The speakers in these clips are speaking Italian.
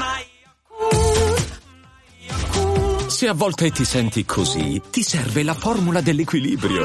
Se a volte ti senti così, ti serve la formula dell'equilibrio.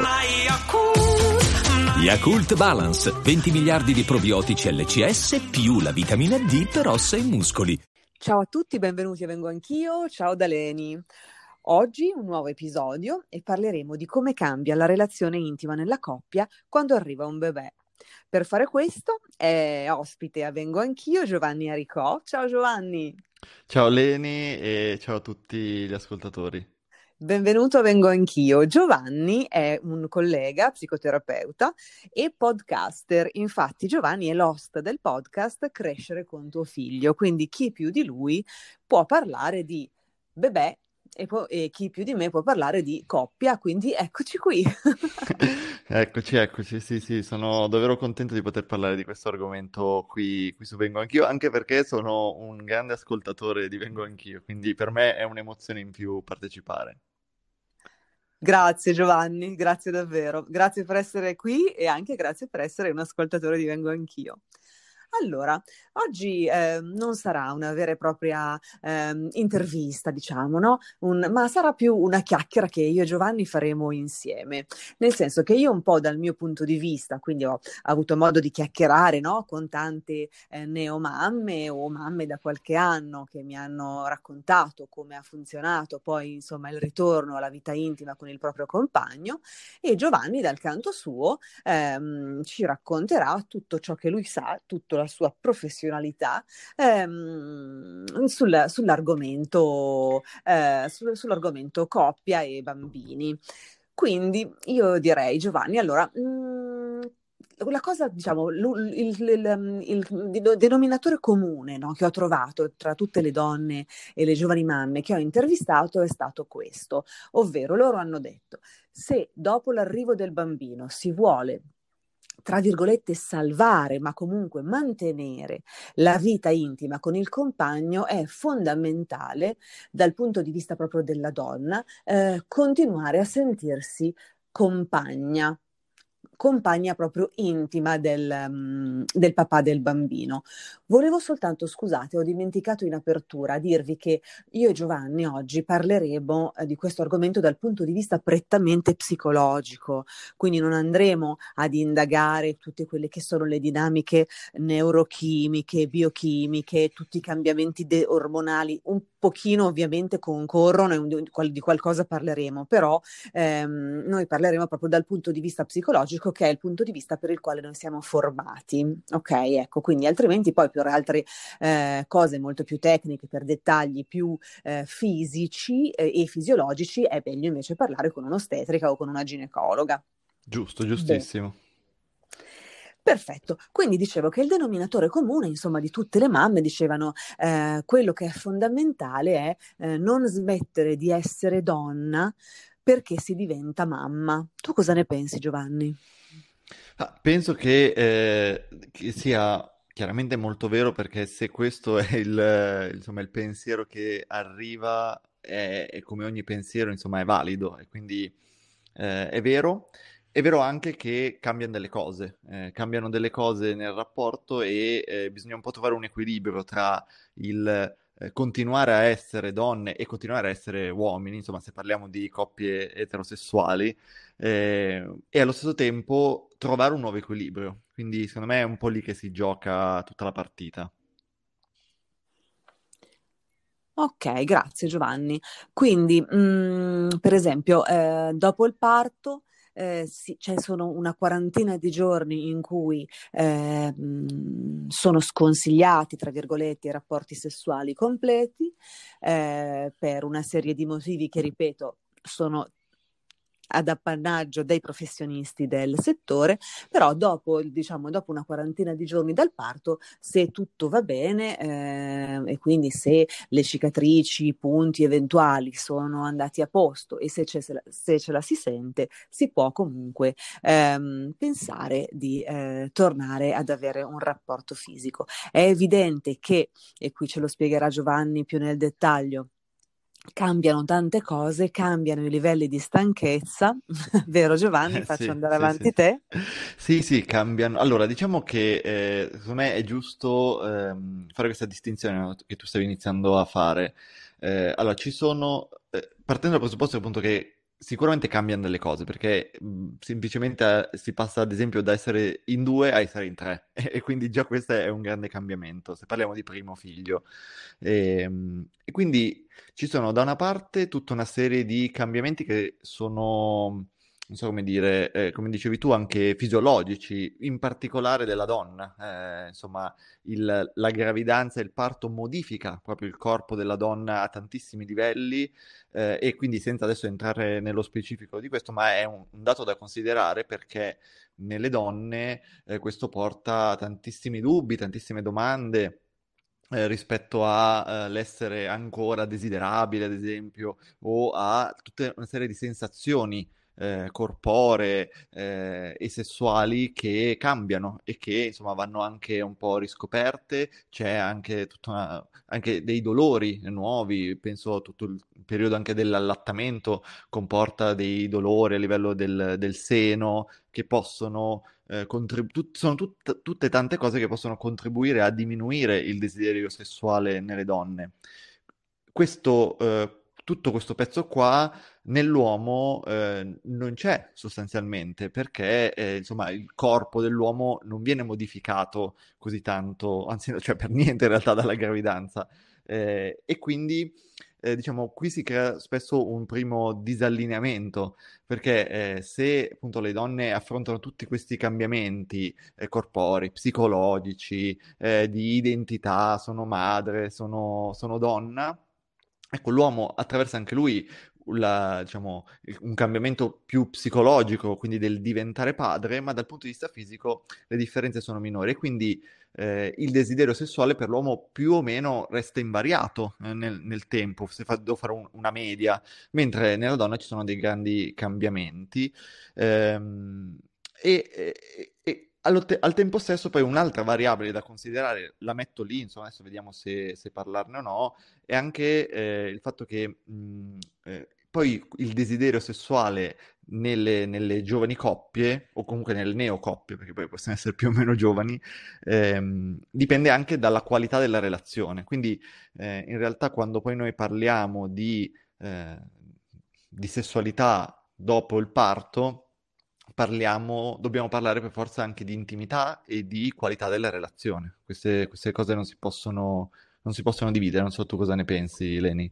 Yakult Balance, 20 miliardi di probiotici LCS più la vitamina D per ossa e muscoli. Ciao a tutti, benvenuti a Vengo Anch'io, ciao da Leni. Oggi un nuovo episodio e parleremo di come cambia la relazione intima nella coppia quando arriva un bebè. Per fare questo è ospite a Vengo Anch'io Giovanni Aricò. Ciao Giovanni. Ciao Leni e ciao a tutti gli ascoltatori. Benvenuto a Vengo Anch'io. Giovanni è un collega psicoterapeuta e podcaster. Infatti Giovanni è l'host del podcast Crescere con tuo figlio, quindi chi più di lui può parlare di bebè e chi più di me può parlare di coppia, quindi eccoci qui. Eccoci, sì, sono davvero contento di poter parlare di questo argomento qui su Vengo Anch'io, anche perché sono un grande ascoltatore di Vengo Anch'io, quindi per me è un'emozione in più partecipare. Grazie Giovanni, grazie davvero, grazie per essere qui e anche grazie per essere un ascoltatore di Vengo Anch'io. Allora, oggi non sarà una vera e propria intervista, diciamo, no? Ma sarà più una chiacchiera che io e Giovanni faremo insieme, nel senso che io un po' dal mio punto di vista, quindi ho avuto modo di chiacchierare, no? Con tante neomamme o mamme da qualche anno che mi hanno raccontato come ha funzionato poi, insomma, il ritorno alla vita intima con il proprio compagno, e Giovanni dal canto suo ci racconterà tutto ciò che lui sa, tutta la sua professionalità sull'argomento coppia e bambini. Quindi io direi, Giovanni, allora, la cosa, diciamo, il denominatore comune, no, che ho trovato tra tutte le donne e le giovani mamme che ho intervistato è stato questo, ovvero loro hanno detto: se dopo l'arrivo del bambino si vuole, tra virgolette, salvare, ma comunque mantenere la vita intima con il compagno, è fondamentale dal punto di vista proprio della donna continuare a sentirsi compagna proprio intima del papà del bambino. Volevo soltanto, scusate, ho dimenticato in apertura dirvi che io e Giovanni oggi parleremo di questo argomento dal punto di vista prettamente psicologico, quindi non andremo ad indagare tutte quelle che sono le dinamiche neurochimiche, biochimiche, tutti i cambiamenti ormonali. Un pochino ovviamente concorrono e di qualcosa parleremo, però noi parleremo proprio dal punto di vista psicologico, che è il punto di vista per il quale noi siamo formati, ok? Ecco, quindi altrimenti poi per altre cose molto più tecniche, per dettagli più fisici e fisiologici, è meglio invece parlare con un'ostetrica o con una ginecologa. Giustissimo. Beh. Perfetto, quindi dicevo che il denominatore comune, insomma, di tutte le mamme dicevano quello che è fondamentale è non smettere di essere donna perché si diventa mamma. Tu cosa ne pensi, Giovanni? Penso che sia chiaramente molto vero, perché se questo è il pensiero che arriva, è come ogni pensiero, insomma, è valido, e quindi è vero. È vero anche che cambiano delle cose nel rapporto, e bisogna un po' trovare un equilibrio tra il continuare a essere donne e continuare a essere uomini, insomma, se parliamo di coppie eterosessuali, e allo stesso tempo trovare un nuovo equilibrio. Quindi secondo me è un po' lì che si gioca tutta la partita. Ok, grazie Giovanni. Quindi, per esempio, dopo il parto, sono una quarantina di giorni in cui sono sconsigliati, tra virgolette, i rapporti sessuali completi, per una serie di motivi che, ripeto, sono ad appannaggio dei professionisti del settore, però dopo una quarantina di giorni dal parto, se tutto va bene e quindi se le cicatrici, i punti eventuali sono andati a posto e se ce la si sente, si può comunque pensare di tornare ad avere un rapporto fisico. È evidente che, e qui ce lo spiegherà Giovanni più nel dettaglio, cambiano tante cose, cambiano i livelli di stanchezza, vero Giovanni? Faccio Sì, andare sì, sì. avanti te. Sì, sì, cambiano. Allora, diciamo che secondo me è giusto fare questa distinzione, no, che tu stavi iniziando a fare. Allora, ci sono, partendo dal presupposto appunto che sicuramente cambiano delle cose, perché semplicemente si passa ad esempio da essere in due a essere in tre, e quindi già questo è un grande cambiamento, se parliamo di primo figlio. E quindi ci sono da una parte tutta una serie di cambiamenti che sono, non so come dire, come dicevi tu, anche fisiologici, in particolare della donna. Insomma, la gravidanza e il parto modifica proprio il corpo della donna a tantissimi livelli, e quindi senza adesso entrare nello specifico di questo, ma è un dato da considerare perché nelle donne questo porta a tantissimi dubbi, tantissime domande rispetto a l'essere ancora desiderabile, ad esempio, o a tutta una serie di sensazioni corporee e sessuali che cambiano e che insomma vanno anche un po' riscoperte. C'è anche anche dei dolori nuovi, penso tutto il periodo anche dell'allattamento comporta dei dolori a livello del seno che possono sono tutte tante cose che possono contribuire a diminuire il desiderio sessuale nelle donne. Tutto questo pezzo qua nell'uomo non c'è sostanzialmente perché insomma il corpo dell'uomo non viene modificato così tanto, anzi cioè per niente in realtà dalla gravidanza. E quindi diciamo qui si crea spesso un primo disallineamento perché se appunto le donne affrontano tutti questi cambiamenti corporei, psicologici, di identità, sono madre, sono donna, ecco, l'uomo attraversa anche lui diciamo, un cambiamento più psicologico, quindi del diventare padre, ma dal punto di vista fisico le differenze sono minori e quindi il desiderio sessuale per l'uomo più o meno resta invariato nel tempo, se devo fare una media, mentre nella donna ci sono dei grandi cambiamenti. Ehm, al tempo stesso poi un'altra variabile da considerare, la metto lì, insomma adesso vediamo se parlarne o no, è anche il fatto che poi il desiderio sessuale nelle giovani coppie, o comunque nelle neocoppie, perché poi possono essere più o meno giovani, dipende anche dalla qualità della relazione. Quindi in realtà quando poi noi parliamo di sessualità dopo il parto, dobbiamo parlare per forza anche di intimità e di qualità della relazione. Queste cose non si possono dividere, non so tu cosa ne pensi, Leni.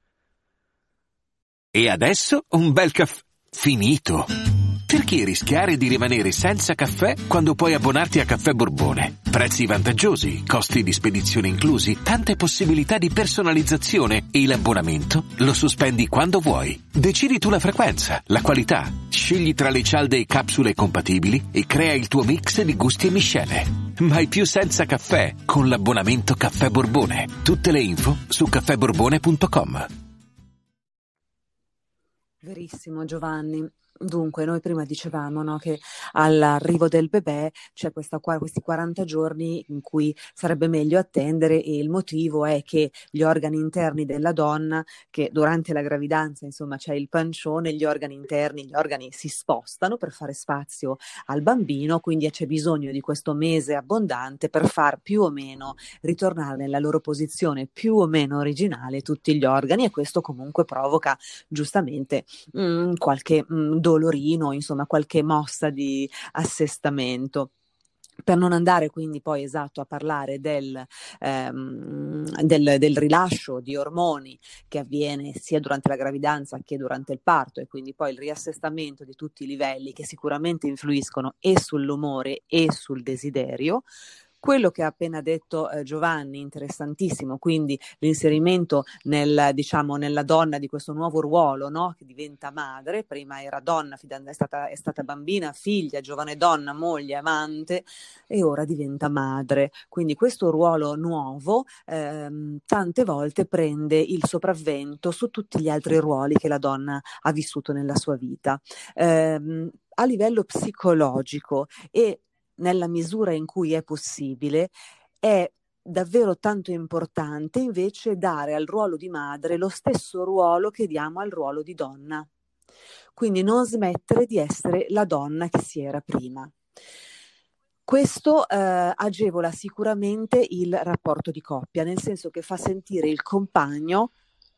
E adesso un bel caffè finito. Perché rischiare di rimanere senza caffè quando puoi abbonarti a Caffè Borbone? Prezzi vantaggiosi, costi di spedizione inclusi, tante possibilità di personalizzazione e l'abbonamento lo sospendi quando vuoi. Decidi tu la frequenza, la qualità, scegli tra le cialde e capsule compatibili e crea il tuo mix di gusti e miscele. Mai più senza caffè con l'abbonamento Caffè Borbone. Tutte le info su caffèborbone.com. Verissimo Giovanni. Dunque, noi prima dicevamo, no, che all'arrivo del bebè c'è questi 40 giorni in cui sarebbe meglio attendere e il motivo è che gli organi interni della donna, che durante la gravidanza, insomma, c'è il pancione, gli organi interni, gli organi si spostano per fare spazio al bambino, quindi c'è bisogno di questo mese abbondante per far più o meno ritornare nella loro posizione più o meno originale tutti gli organi e questo comunque provoca giustamente qualche dolorino, insomma qualche mossa di assestamento. Per non andare quindi poi esatto a parlare del rilascio di ormoni che avviene sia durante la gravidanza che durante il parto e quindi poi il riassestamento di tutti i livelli che sicuramente influiscono e sull'umore e sul desiderio. Quello che ha appena detto Giovanni, interessantissimo, quindi l'inserimento nella donna di questo nuovo ruolo, no? Che diventa madre, prima era donna, è stata bambina, figlia, giovane donna, moglie, amante e ora diventa madre. Quindi questo ruolo nuovo tante volte prende il sopravvento su tutti gli altri ruoli che la donna ha vissuto nella sua vita. A livello psicologico e nella misura in cui è possibile, è davvero tanto importante invece dare al ruolo di madre lo stesso ruolo che diamo al ruolo di donna. Quindi non smettere di essere la donna che si era prima. Questo agevola sicuramente il rapporto di coppia, nel senso che fa sentire il compagno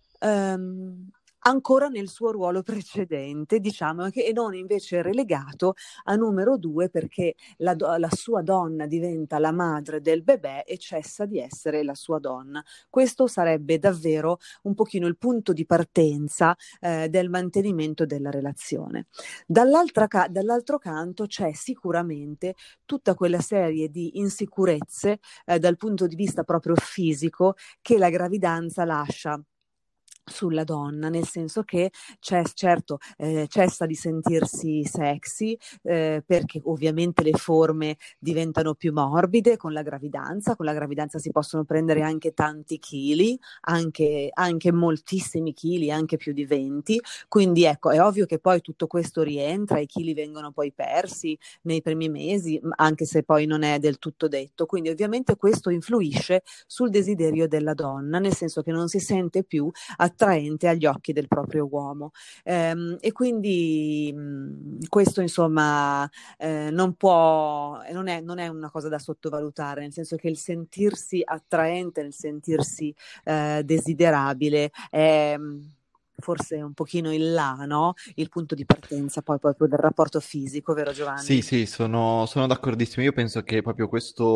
ancora nel suo ruolo precedente, diciamo, e non invece relegato a numero 2 perché la sua donna diventa la madre del bebè e cessa di essere la sua donna. Questo sarebbe davvero un pochino il punto di partenza del mantenimento della relazione. Dall'altro canto c'è sicuramente tutta quella serie di insicurezze dal punto di vista proprio fisico che la gravidanza lascia sulla donna, nel senso che cessa di sentirsi sexy perché ovviamente le forme diventano più morbide con la gravidanza si possono prendere anche tanti chili, anche moltissimi chili, anche più di 20, quindi ecco, è ovvio che poi tutto questo rientra, i chili vengono poi persi nei primi mesi, anche se poi non è del tutto detto, quindi ovviamente questo influisce sul desiderio della donna, nel senso che non si sente più attraente agli occhi del proprio uomo e quindi questo insomma non è una cosa da sottovalutare, nel senso che il sentirsi attraente, nel sentirsi desiderabile è forse un pochino in là, no? Il punto di partenza poi proprio del rapporto fisico, vero Giovanni? Sì, sono d'accordissimo. Io penso che proprio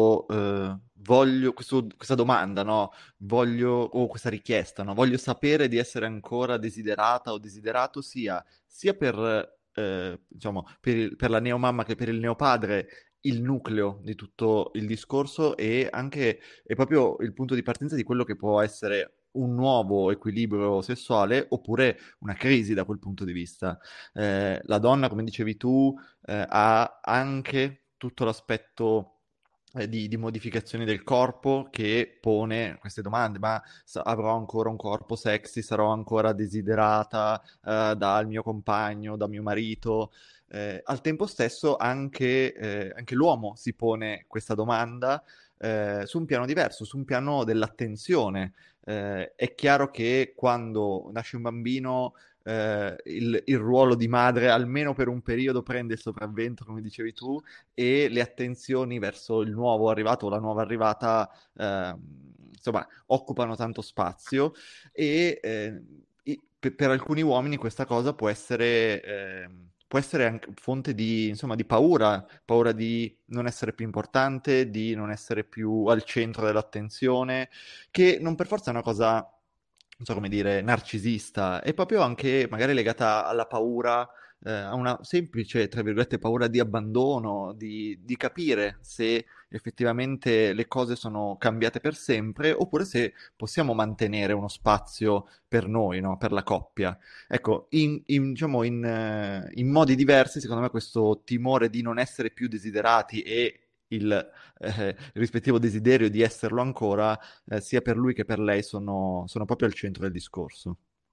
questa domanda, no? O questa richiesta, no? Voglio sapere di essere ancora desiderata o desiderato sia diciamo, per la neomamma che per il neopadre, il nucleo di tutto il discorso e anche è proprio il punto di partenza di quello che può essere un nuovo equilibrio sessuale oppure una crisi da quel punto di vista. La donna, come dicevi tu, ha anche tutto l'aspetto di modificazioni del corpo che pone queste domande, ma avrò ancora un corpo sexy, sarò ancora desiderata dal mio compagno, da mio marito? Al tempo stesso anche l'uomo si pone questa domanda su un piano diverso, su un piano dell'attenzione. È chiaro che quando nasce un bambino il ruolo di madre, almeno per un periodo, prende il sopravvento, come dicevi tu, e le attenzioni verso il nuovo arrivato o la nuova arrivata, insomma, occupano tanto spazio e per alcuni uomini questa cosa può essere anche fonte di, insomma, di paura di non essere più importante, di non essere più al centro dell'attenzione, che non per forza è una cosa, non so come dire, narcisista, è proprio anche magari legata alla paura, a una semplice, tra virgolette, paura di abbandono, di capire se effettivamente le cose sono cambiate per sempre oppure se possiamo mantenere uno spazio per noi, no? Per la coppia. Ecco, diciamo, in modi diversi, secondo me, questo timore di non essere più desiderati e il rispettivo desiderio di esserlo ancora, sia per lui che per lei, sono proprio al centro del discorso.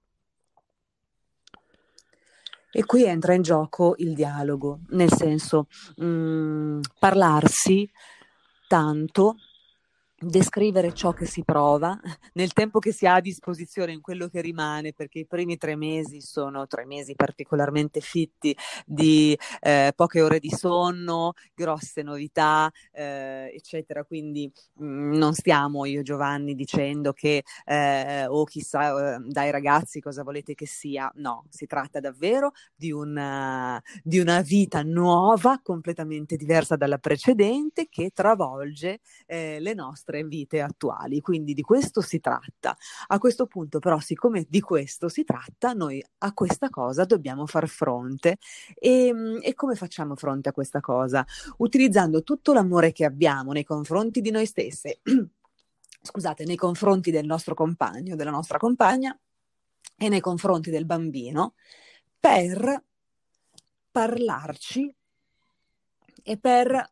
E qui entra in gioco il dialogo, nel senso parlarsi tanto, descrivere ciò che si prova nel tempo che si ha a disposizione, in quello che rimane, perché i primi 3 mesi sono 3 mesi particolarmente fitti di poche ore di sonno, grosse novità, eccetera. Quindi non stiamo, io e Giovanni, dicendo che chissà dai ragazzi cosa volete che sia. No, si tratta davvero di una vita nuova, completamente diversa dalla precedente, che travolge le nostre vite attuali, quindi di questo si tratta. A questo punto però, siccome di questo si tratta, noi a questa cosa dobbiamo far fronte e come facciamo fronte a questa cosa? Utilizzando tutto l'amore che abbiamo nei confronti di noi stesse, scusate, nei confronti del nostro compagno, della nostra compagna e nei confronti del bambino, per parlarci e per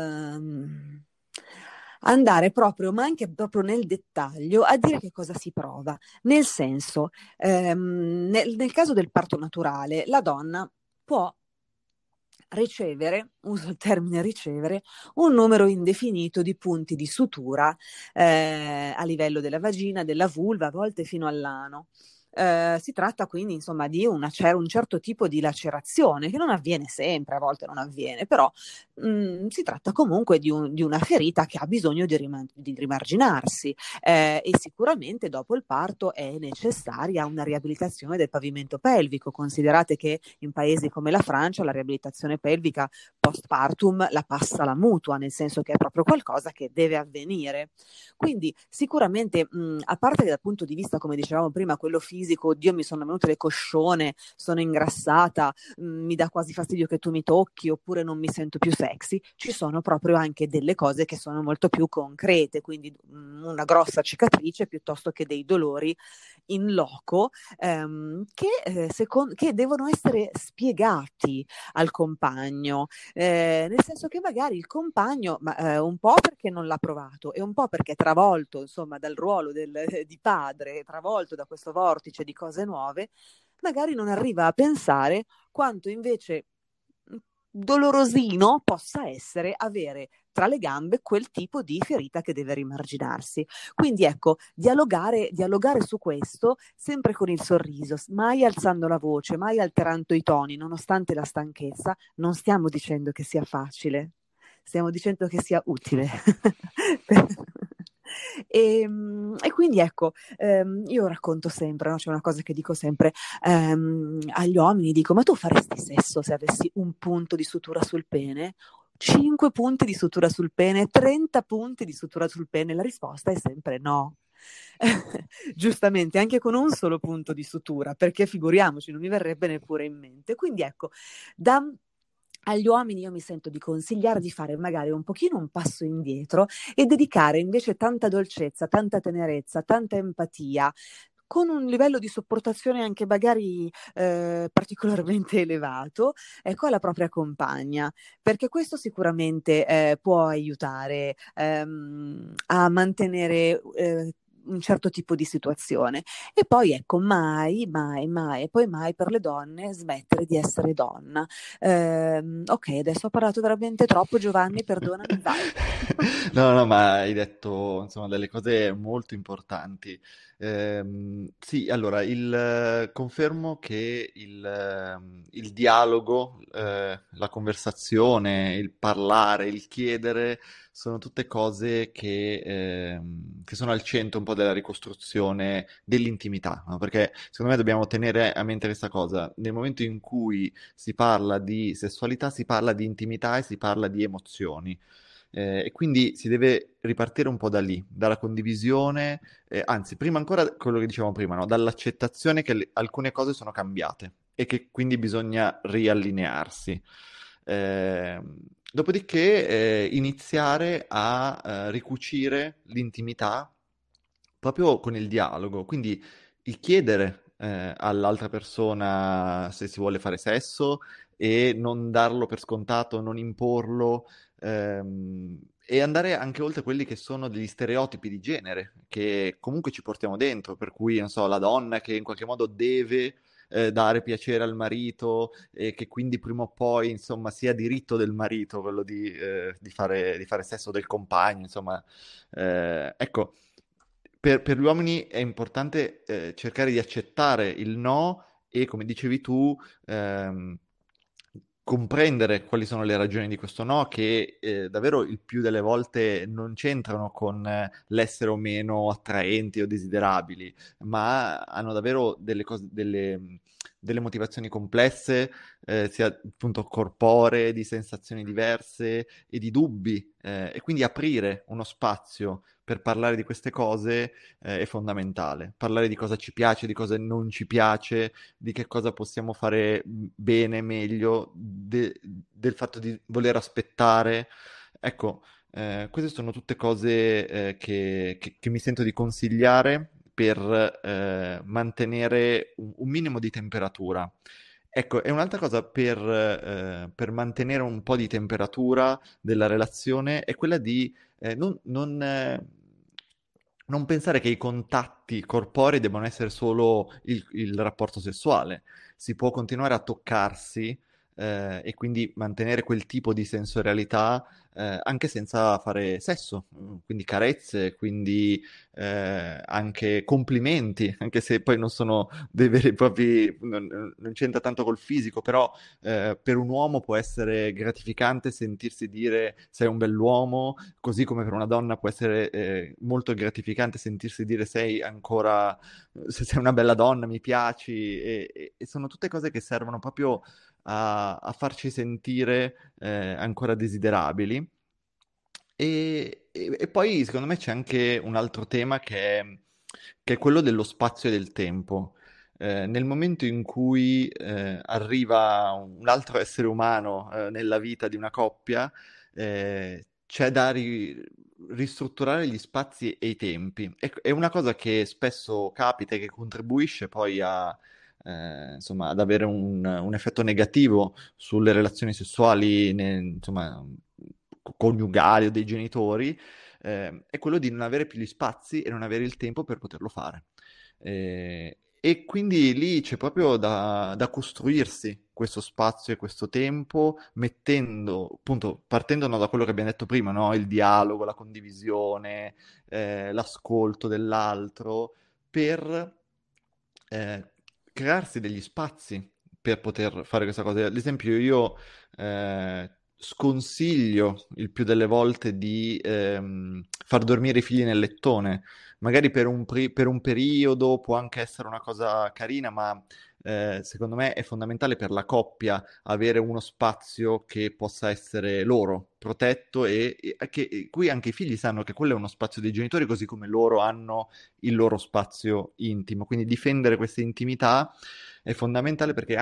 andare proprio, ma anche proprio nel dettaglio, a dire che cosa si prova. Nel senso, nel caso del parto naturale, la donna può ricevere, uso il termine ricevere, un numero indefinito di punti di sutura a livello della vagina, della vulva, a volte fino all'ano. Si tratta quindi insomma di un certo tipo di lacerazione che non avviene sempre, a volte non avviene, però si tratta comunque di una ferita che ha bisogno di rimarginarsi e sicuramente dopo il parto è necessaria una riabilitazione del pavimento pelvico. Considerate che in paesi come la Francia la riabilitazione pelvica postpartum la passa la mutua, nel senso che è proprio qualcosa che deve avvenire. Quindi sicuramente, a parte che dal punto di vista, come dicevamo prima, quello fisico, oddio mi sono venute le coscione, sono ingrassata, mi dà quasi fastidio che tu mi tocchi oppure non mi sento più sexy, ci sono proprio anche delle cose che sono molto più concrete, quindi una grossa cicatrice piuttosto che dei dolori in loco che devono essere spiegati al compagno, nel senso che magari il compagno, un po' perché non l'ha provato e un po' perché travolto, insomma, dal ruolo di padre, travolto da questo vortice di cose nuove, magari non arriva a pensare quanto invece dolorosino possa essere avere tra le gambe quel tipo di ferita che deve rimarginarsi. Quindi ecco, dialogare su questo sempre con il sorriso, mai alzando la voce, mai alterando i toni, nonostante la stanchezza. Non stiamo dicendo che sia facile, stiamo dicendo che sia utile. E quindi ecco, io racconto sempre, no? C'è una cosa che dico sempre agli uomini, dico: ma tu faresti sesso se avessi un punto di sutura sul pene? 5 punti di sutura sul pene, 30 punti di sutura sul pene? La risposta è sempre no. Giustamente, anche con un solo punto di sutura, perché figuriamoci, non mi verrebbe neppure in mente. Quindi ecco, agli uomini io mi sento di consigliare di fare magari un pochino un passo indietro e dedicare invece tanta dolcezza, tanta tenerezza, tanta empatia, con un livello di sopportazione anche magari particolarmente elevato, ecco, alla propria compagna, perché questo sicuramente può aiutare a mantenere un certo tipo di situazione. E poi ecco, mai, mai, mai, e poi mai per le donne smettere di essere donna. Ok, adesso ho parlato veramente troppo, Giovanni, perdonami, vai. No, ma hai detto insomma delle cose molto importanti. Sì, allora, confermo che il dialogo, la conversazione, il parlare, il chiedere sono tutte cose che sono al centro un po' della ricostruzione dell'intimità, no? Perché secondo me dobbiamo tenere a mente questa cosa. Nel momento in cui si parla di sessualità, si parla di intimità e si parla di emozioni. E quindi si deve ripartire un po' da lì, dalla condivisione, anzi, prima ancora quello che dicevamo prima, no? Dall'accettazione che alcune cose sono cambiate e che quindi bisogna riallinearsi. Eh, Dopodiché iniziare a ricucire l'intimità proprio con il dialogo, quindi il chiedere all'altra persona se si vuole fare sesso e non darlo per scontato, non imporlo, e andare anche oltre quelli che sono degli stereotipi di genere che comunque ci portiamo dentro, per cui, non so, la donna che in qualche modo deve dare piacere al marito e che quindi prima o poi, insomma, sia diritto del marito quello di fare sesso del compagno, insomma. Ecco, per gli uomini è importante cercare di accettare il no e, come dicevi tu, comprendere quali sono le ragioni di questo no, che davvero il più delle volte non c'entrano con l'essere o meno attraenti o desiderabili, ma hanno davvero delle motivazioni complesse, sia appunto corporee, di sensazioni diverse e di dubbi, e quindi aprire uno spazio per parlare di queste cose è fondamentale. Parlare di cosa ci piace, di cosa non ci piace, di che cosa possiamo fare bene, meglio, del fatto di voler aspettare. Ecco, queste sono tutte cose che mi sento di consigliare per mantenere un minimo di temperatura. Ecco, e un'altra cosa per mantenere un po' di temperatura della relazione è quella di non pensare che i contatti corporei debbano essere solo il rapporto sessuale. Si può continuare a toccarsi e quindi mantenere quel tipo di sensorialità anche senza fare sesso, quindi carezze, quindi anche complimenti, anche se poi non sono dei veri e propri, non c'entra tanto col fisico, però per un uomo può essere gratificante sentirsi dire sei un bell'uomo, così come per una donna può essere molto gratificante sentirsi dire sei ancora, se sei una bella donna, mi piaci, e sono tutte cose che servono proprio a farci sentire ancora desiderabili. E poi secondo me c'è anche un altro tema che è quello dello spazio e del tempo. Nel momento in cui arriva un altro essere umano nella vita di una coppia, c'è da ristrutturare gli spazi e i tempi. È una cosa che spesso capita e che contribuisce poi insomma, ad avere un effetto negativo sulle relazioni sessuali, insomma, coniugali o dei genitori, è quello di non avere più gli spazi e non avere il tempo per poterlo fare. E quindi lì c'è proprio da costruirsi questo spazio e questo tempo, mettendo, appunto, partendo no, da quello che abbiamo detto prima, no? Il dialogo, la condivisione, l'ascolto dell'altro, per eh, crearsi degli spazi per poter fare questa cosa. Ad esempio, io sconsiglio il più delle volte di far dormire i figli nel lettone. Magari per un periodo può anche essere una cosa carina, ma secondo me è fondamentale per la coppia avere uno spazio che possa essere loro, protetto e che qui anche i figli sanno che quello è uno spazio dei genitori, così come loro hanno il loro spazio intimo. Quindi difendere questa intimità è fondamentale perché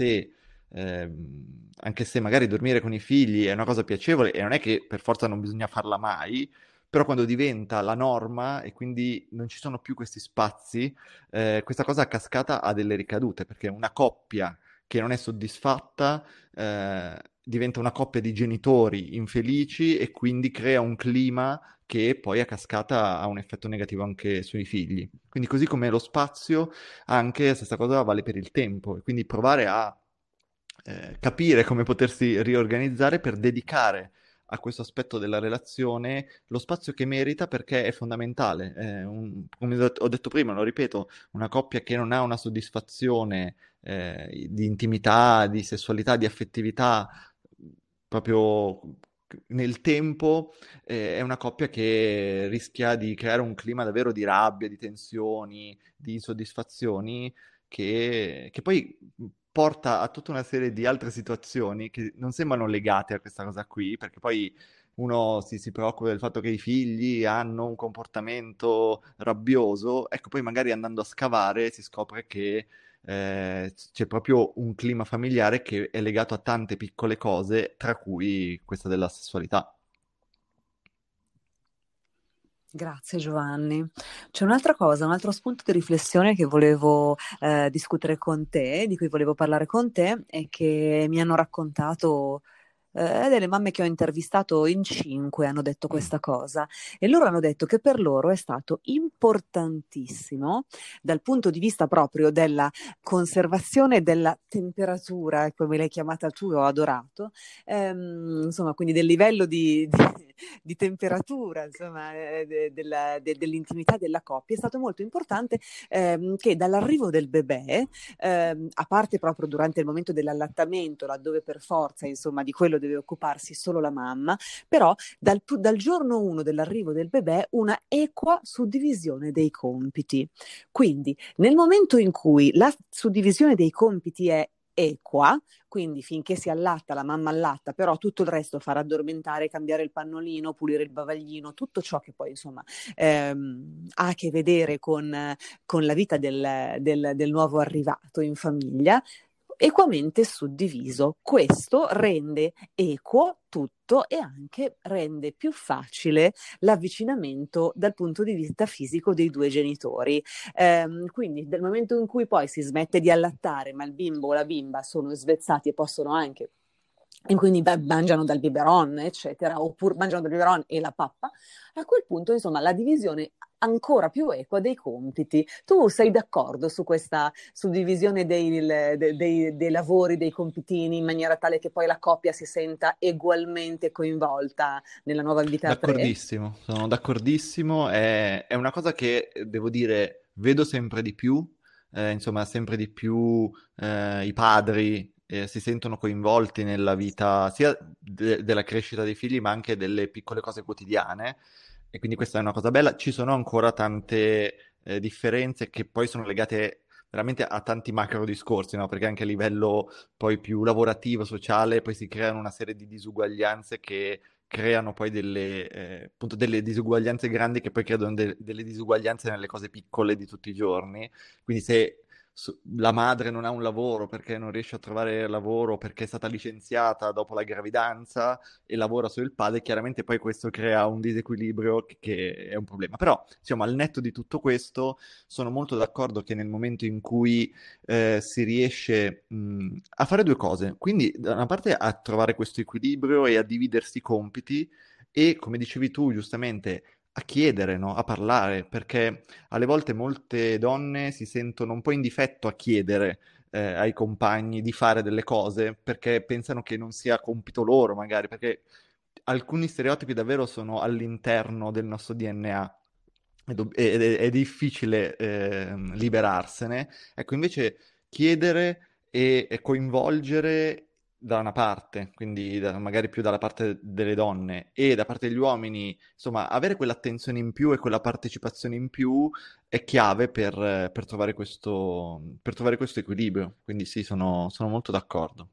anche se magari dormire con i figli è una cosa piacevole e non è che per forza non bisogna farla mai, però quando diventa la norma e quindi non ci sono più questi spazi, questa cosa a cascata ha delle ricadute, perché una coppia che non è soddisfatta diventa una coppia di genitori infelici e quindi crea un clima che poi a cascata ha un effetto negativo anche sui figli. Quindi così come lo spazio, anche la stessa cosa vale per il tempo, e quindi provare a capire come potersi riorganizzare per dedicare a questo aspetto della relazione lo spazio che merita perché è fondamentale. Come ho detto prima, lo ripeto, una coppia che non ha una soddisfazione di intimità, di sessualità, di affettività proprio nel tempo, è una coppia che rischia di creare un clima davvero di rabbia, di tensioni, di insoddisfazioni che poi porta a tutta una serie di altre situazioni che non sembrano legate a questa cosa qui, perché poi uno si preoccupa del fatto che i figli hanno un comportamento rabbioso, ecco, poi magari andando a scavare si scopre che c'è proprio un clima familiare che è legato a tante piccole cose, tra cui questa della sessualità. Grazie Giovanni. C'è un'altra cosa, un altro spunto di riflessione che volevo discutere con te, di cui volevo parlare con te, e che mi hanno raccontato delle mamme che ho intervistato in 5 hanno detto questa cosa, e loro hanno detto che per loro è stato importantissimo dal punto di vista proprio della conservazione della temperatura, come l'hai chiamata tu, ho adorato, insomma, quindi del livello di temperatura, insomma, dell'intimità della coppia, è stato molto importante che dall'arrivo del bebè, a parte proprio durante il momento dell'allattamento, laddove per forza, insomma, di quello deve occuparsi solo la mamma, però dal giorno 1 dell'arrivo del bebè una equa suddivisione dei compiti. Quindi nel momento in cui la suddivisione dei compiti è equa, quindi finché si allatta la mamma allatta, però tutto il resto, far addormentare, cambiare il pannolino, pulire il bavaglino, tutto ciò che poi insomma ha a che vedere con la vita del nuovo arrivato in famiglia, equamente suddiviso. Questo rende equo tutto e anche rende più facile l'avvicinamento dal punto di vista fisico dei due genitori. Quindi nel momento in cui poi si smette di allattare, ma il bimbo o la bimba sono svezzati e possono anche e quindi mangiano dal biberon, eccetera, oppure mangiano dal biberon e la pappa, a quel punto, insomma, la divisione ancora più equa dei compiti. Tu sei d'accordo su questa suddivisione dei lavori, dei compitini, in maniera tale che poi la coppia si senta egualmente coinvolta nella nuova vita a tre? D'accordissimo, sono d'accordissimo. È una cosa che devo dire, vedo sempre di più, insomma, sempre di più i padri si sentono coinvolti nella vita sia della crescita dei figli, ma anche delle piccole cose quotidiane. E quindi questa è una cosa bella. Ci sono ancora tante differenze che poi sono legate veramente a tanti macro discorsi, no? Perché anche a livello poi più lavorativo, sociale, poi si creano una serie di disuguaglianze che creano poi appunto delle disuguaglianze grandi che poi creano delle disuguaglianze nelle cose piccole di tutti i giorni. Quindi se la madre non ha un lavoro perché non riesce a trovare lavoro perché è stata licenziata dopo la gravidanza e lavora solo il padre, chiaramente poi questo crea un disequilibrio che è un problema. Però, insomma, al netto di tutto questo, sono molto d'accordo che nel momento in cui si riesce a fare due cose, quindi da una parte a trovare questo equilibrio e a dividersi i compiti e, come dicevi tu, giustamente, a chiedere, no? A parlare, perché alle volte molte donne si sentono un po' in difetto a chiedere ai compagni di fare delle cose perché pensano che non sia compito loro, magari, perché alcuni stereotipi davvero sono all'interno del nostro DNA ed è difficile liberarsene. Ecco, invece chiedere e coinvolgere da una parte, quindi magari più dalla parte delle donne e da parte degli uomini, insomma, avere quell'attenzione in più e quella partecipazione in più è chiave per trovare questo equilibrio. Quindi sì, sono molto d'accordo.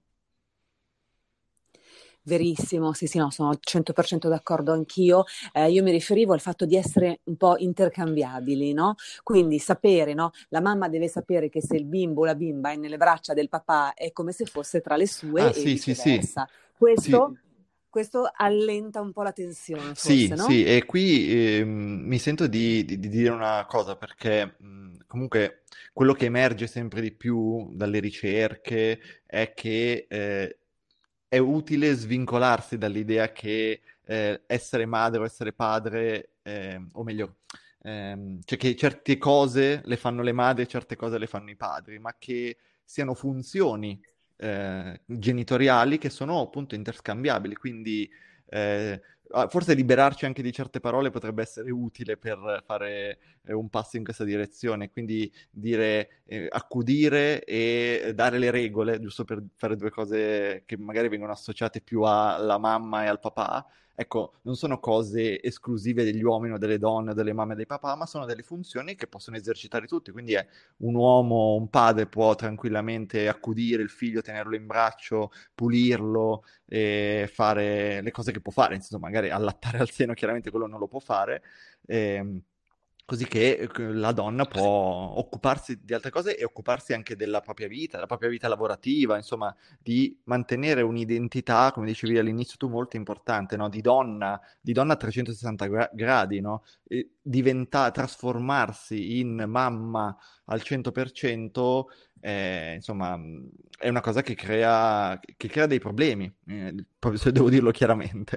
Verissimo, sì, sì, no, sono al 100% d'accordo anch'io. Io mi riferivo al fatto di essere un po' intercambiabili, no? Quindi sapere, no? La mamma deve sapere che se il bimbo o la bimba è nelle braccia del papà è come se fosse tra le Ah, sue e sì, sì, sì. viceversa. Sì, Questo allenta un po' la tensione, sì, forse, no? sì, e qui mi sento di dire una cosa perché comunque quello che emerge sempre di più dalle ricerche è che è utile svincolarsi dall'idea che essere madre o essere padre, o meglio, cioè che certe cose le fanno le madri e certe cose le fanno i padri, ma che siano funzioni genitoriali che sono appunto interscambiabili, quindi forse liberarci anche di certe parole potrebbe essere utile per fare un passo in questa direzione, quindi dire accudire e dare le regole, giusto per fare due cose che magari vengono associate più alla mamma e al papà. Ecco, non sono cose esclusive degli uomini o delle donne o delle mamme e dei papà, ma sono delle funzioni che possono esercitare tutti. Quindi è un uomo, un padre può tranquillamente accudire il figlio, tenerlo in braccio, pulirlo e fare le cose che può fare, insomma, magari allattare al seno, chiaramente quello non lo può fare, ehm, così che la donna può occuparsi di altre cose e occuparsi anche della propria vita, la propria vita lavorativa, insomma, di mantenere un'identità, come dicevi all'inizio tu, molto importante, no? Di donna a 360 gradi, no? Trasformarsi in mamma al 100%, insomma, è una cosa che crea dei problemi, proprio se devo dirlo chiaramente.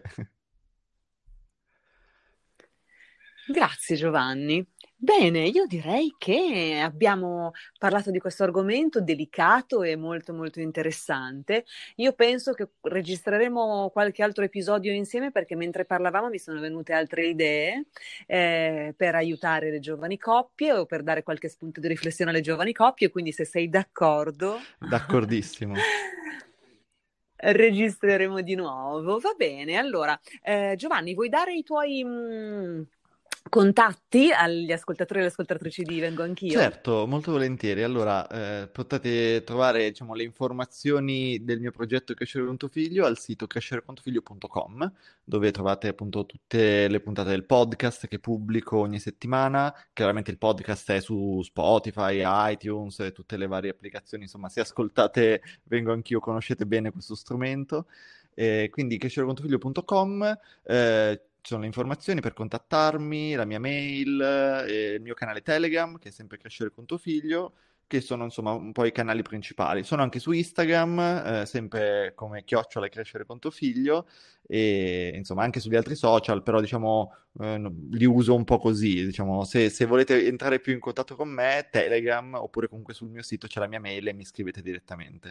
Grazie Giovanni. Bene, io direi che abbiamo parlato di questo argomento delicato e molto molto interessante. Io penso che registreremo qualche altro episodio insieme perché mentre parlavamo mi sono venute altre idee per aiutare le giovani coppie o per dare qualche spunto di riflessione alle giovani coppie, quindi se sei d'accordo D'accordissimo. registreremo di nuovo. Va bene, allora Giovanni, vuoi dare i tuoi contatti agli ascoltatori e alle ascoltatrici di Vengo Anch'io? Certo, molto volentieri. Allora, potete trovare, diciamo, le informazioni del mio progetto Crescere con tuo figlio al sito crescerecontuofiglio.com, dove trovate appunto tutte le puntate del podcast che pubblico ogni settimana. Chiaramente il podcast è su Spotify, iTunes e tutte le varie applicazioni. Insomma, se ascoltate Vengo Anch'io, conoscete bene questo strumento. Quindi crescerecontuofiglio.com, ci sono le informazioni per contattarmi, la mia mail, il mio canale Telegram, che è sempre Crescere con tuo figlio, che sono insomma un po' i canali principali. Sono anche su Instagram, sempre come @crescere.figlio, e insomma anche sugli altri social, però diciamo li uso un po' così, diciamo se volete entrare più in contatto con me, Telegram, oppure comunque sul mio sito c'è la mia mail e mi scrivete direttamente.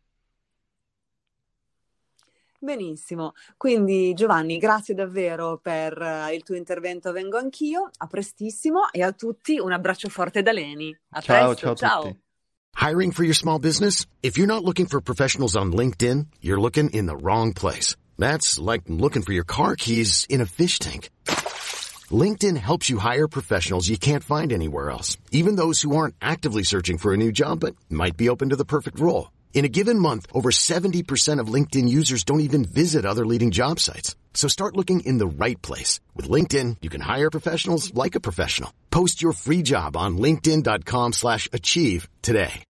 Benissimo, quindi Giovanni, grazie davvero per il tuo intervento, vengo anch'io, a prestissimo, e a tutti un abbraccio forte da Leni. A presto, Ciao a tutti. Hiring for your small business? If you're not looking for professionals on LinkedIn, you're looking in the wrong place. That's like looking for your car keys in a fish tank. LinkedIn helps you hire professionals you can't find anywhere else, even those who aren't actively searching for a new job but might be open to the perfect role. In a given month, over 70% of LinkedIn users don't even visit other leading job sites. So start looking in the right place. With LinkedIn, you can hire professionals like a professional. Post your free job on linkedin.com/achieve today.